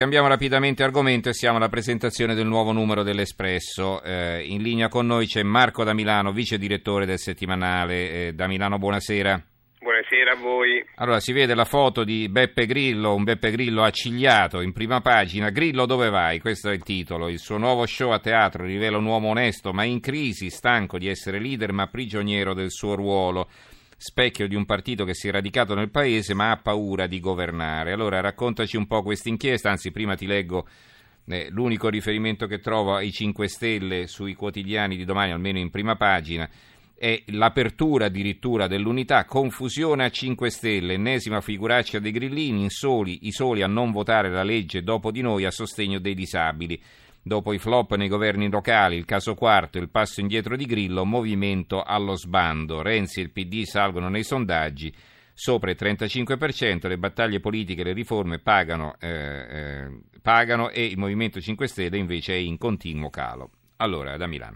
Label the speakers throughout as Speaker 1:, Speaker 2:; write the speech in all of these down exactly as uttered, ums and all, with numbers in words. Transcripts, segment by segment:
Speaker 1: Cambiamo rapidamente argomento e siamo alla presentazione del nuovo numero dell'Espresso. Eh, in linea con noi c'è Marco da Milano, vice direttore del settimanale. Eh, da Milano, buonasera.
Speaker 2: Buonasera a voi.
Speaker 1: Allora, si vede la foto di Beppe Grillo, un Beppe Grillo accigliato in prima pagina. Grillo, dove vai? Questo è il titolo. Il suo nuovo show a teatro rivela un uomo onesto ma in crisi, stanco di essere leader ma prigioniero del suo ruolo. Specchio di un partito che si è radicato nel paese ma ha paura di governare. Allora raccontaci un po' questa inchiesta, anzi prima ti leggo eh, l'unico riferimento che trovo ai cinque Stelle sui quotidiani di domani, almeno in prima pagina, è l'apertura addirittura dell'Unità, confusione a cinque Stelle, ennesima figuraccia dei grillini, in soli, i soli a non votare la legge dopo di noi a sostegno dei disabili. Dopo i flop nei governi locali, il caso Quarto e il passo indietro di Grillo, movimento allo sbando. Renzi e il P D salgono nei sondaggi, sopra il trentacinque per cento, le battaglie politiche e le riforme pagano, eh, eh, pagano e il Movimento cinque Stelle invece è in continuo calo. Allora, da Milano.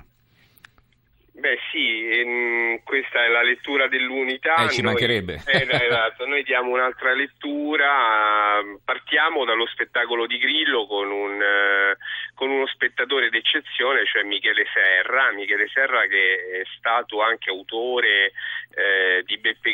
Speaker 2: Beh sì, ehm, questa è la lettura dell'Unità.
Speaker 1: Eh, ci noi, mancherebbe.
Speaker 2: Eh, esatto, noi diamo un'altra lettura, partiamo dallo spettacolo di Grillo con, un, eh, con uno spettatore d'eccezione, cioè Michele Serra, Michele Serra che è stato anche autore eh, di Beppe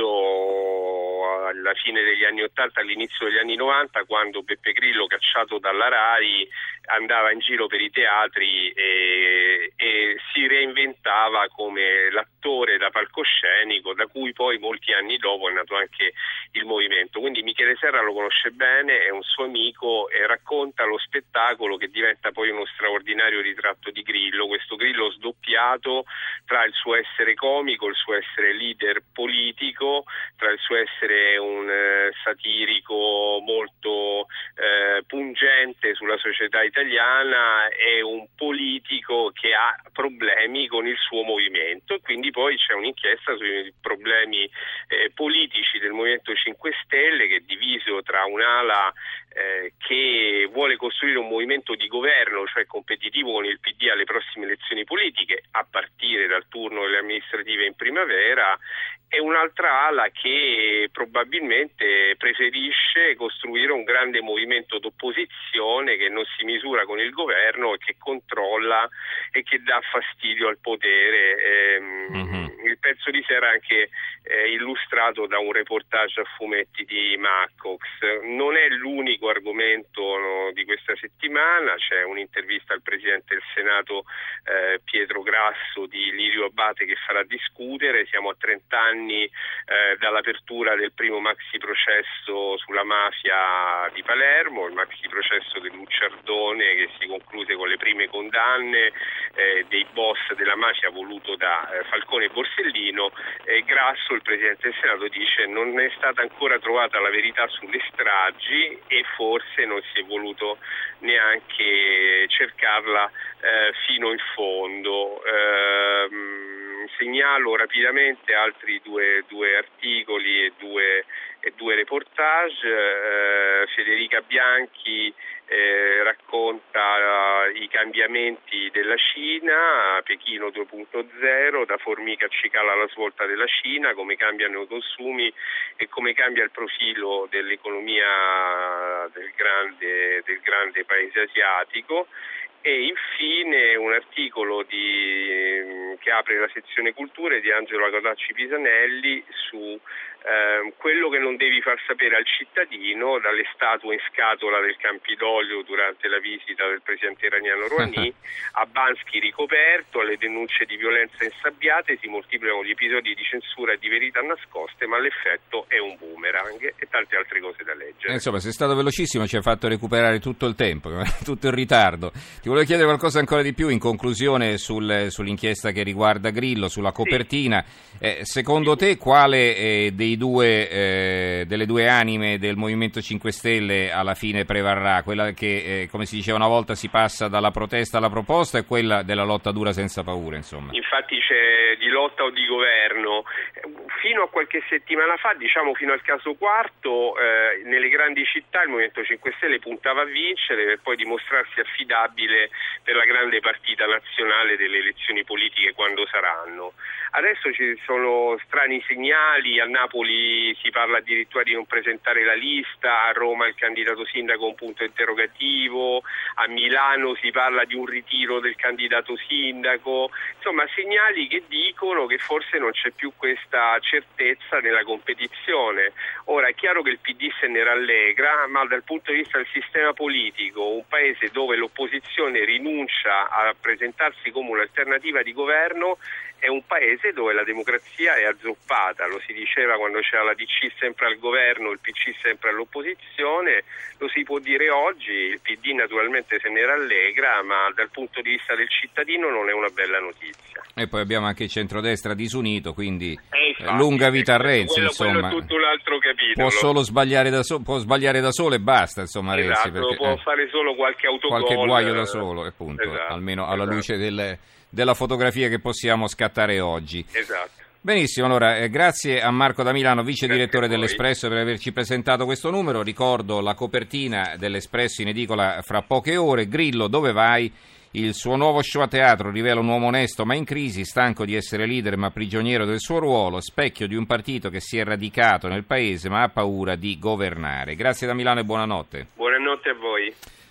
Speaker 2: Grillo alla fine degli anni ottanta, all'inizio degli anni novanta, quando Beppe Grillo, cacciato dalla RAI, andava in giro per i teatri e, e si reinventava come l'attore da palcoscenico, da cui poi molti anni dopo è nato anche il movimento. Quindi Michele Serra lo conosce bene, è un suo amico e racconta lo spettacolo che diventa poi uno straordinario ritratto di Grillo, questo Grillo sdoppiato tra il suo essere comico, il suo essere leader politico, tra il suo essere un eh, satirico molto eh, pungente sulla società italiana e un politico che ha problemi con il suo movimento. E quindi poi c'è un'inchiesta sui problemi eh, politici del Movimento cinque Stelle, che è diviso tra un'ala eh, che vuole costruire un movimento di governo, cioè competitivo con il P D alle prossime elezioni politiche, a partire dal turno delle amministrative in primavera, e un'altra ala che probabilmente preferisce costruire un grande movimento d'opposizione che non si misura con il governo e che controlla e che dà fastidio al potere. Ehm, mm-hmm. Il pezzo di sera è anche eh, illustrato da un reportage a fumetti di Maccox. Non è l'unico argomento no, di questa settimana, c'è un'intervista al Presidente del Senato eh, Pietro Grasso di Lirio Abbate che farà discutere. Siamo a trenta anni eh, dall'apertura del primo maxi processo sulla mafia di Palermo, il maxi processo del Lucciardone che si concluse con le prime condanne eh, dei boss della mafia voluto da eh, Falcone e Borsellino. eh, Grasso, il Presidente del Senato, dice non è stata ancora trovata la verità sulle stragi e forse non si è voluto neanche cercarla eh, fino in fondo. Ehm, Segnalo rapidamente altri due, due articoli e due, e due reportage. Eh, Federica Bianchi eh, racconta uh, i cambiamenti della Cina, Pechino due punto zero, da formica a cicala alla svolta della Cina, come cambiano i consumi e come cambia il profilo dell'economia del grande, del grande paese asiatico. E infine un articolo di, che apre la sezione culture di Angelo Codacci Pisanelli su eh, quello che non devi far sapere al cittadino, dalle statue in scatola del Campidoglio durante la visita del presidente iraniano Rouhani a Bansky ricoperto, alle denunce di violenza insabbiate, si moltiplicano gli episodi di censura e di verità nascoste, ma l'effetto è un boomerang, e tante altre cose da leggere.
Speaker 1: Insomma, sei stato velocissimo, ci hai fatto recuperare tutto il tempo, tutto il ritardo. Ti volevo chiedere qualcosa ancora di più in conclusione sul, sull'inchiesta che riguarda Grillo, sulla copertina. Sì. Eh, secondo te quale eh, dei due, eh, delle due anime del Movimento cinque Stelle alla fine prevarrà? Quella che, eh, come si diceva una volta, si passa dalla protesta alla proposta, e quella della lotta dura senza paura, insomma?
Speaker 2: Infatti c'è di lotta o di governo. Fino a qualche settimana fa, diciamo fino al caso Quarto, eh, nelle grandi città il Movimento cinque Stelle puntava a vincere per poi dimostrarsi affidabile per la grande partita nazionale delle elezioni politiche quando saranno. Adesso ci sono strani segnali, a Napoli si parla addirittura di non presentare la lista, a Roma il candidato sindaco un punto interrogativo, a Milano si parla di un ritiro del candidato sindaco, insomma segnali che dicono che forse non c'è più questa certezza nella competizione. Ora è chiaro che il P D se ne rallegra, ma dal punto di vista del sistema politico, un paese dove l'opposizione rinuncia a presentarsi come un'alternativa di governo è un paese dove la democrazia è azzoppata, lo si diceva quando c'era la D C sempre al governo, il P C sempre all'opposizione, lo si può dire oggi, il P D naturalmente se ne rallegra, ma dal punto di vista del cittadino non è una bella notizia.
Speaker 1: E poi abbiamo anche il centrodestra disunito, quindi
Speaker 2: eh, infatti,
Speaker 1: lunga vita a Renzi,
Speaker 2: quello,
Speaker 1: insomma.
Speaker 2: Quello è tutto un altro capitolo.
Speaker 1: Può solo sbagliare da, so- può sbagliare da solo e basta, insomma,
Speaker 2: esatto,
Speaker 1: Renzi. Perché,
Speaker 2: può
Speaker 1: eh,
Speaker 2: fare solo qualche autogol.
Speaker 1: Qualche guaio da solo, appunto,
Speaker 2: esatto,
Speaker 1: almeno alla
Speaker 2: esatto.
Speaker 1: luce del, della fotografia che possiamo scattare oggi.
Speaker 2: Esatto.
Speaker 1: Benissimo, allora eh, grazie a Marco da Milano, vice direttore dell'Espresso, per averci presentato questo numero. Ricordo la copertina dell'Espresso in edicola fra poche ore. Grillo, dove vai? Il suo nuovo show a teatro rivela un uomo onesto ma in crisi, stanco di essere leader ma prigioniero del suo ruolo, specchio di un partito che si è radicato nel paese ma ha paura di governare. Grazie da Milano e buonanotte.
Speaker 2: Buonanotte a voi.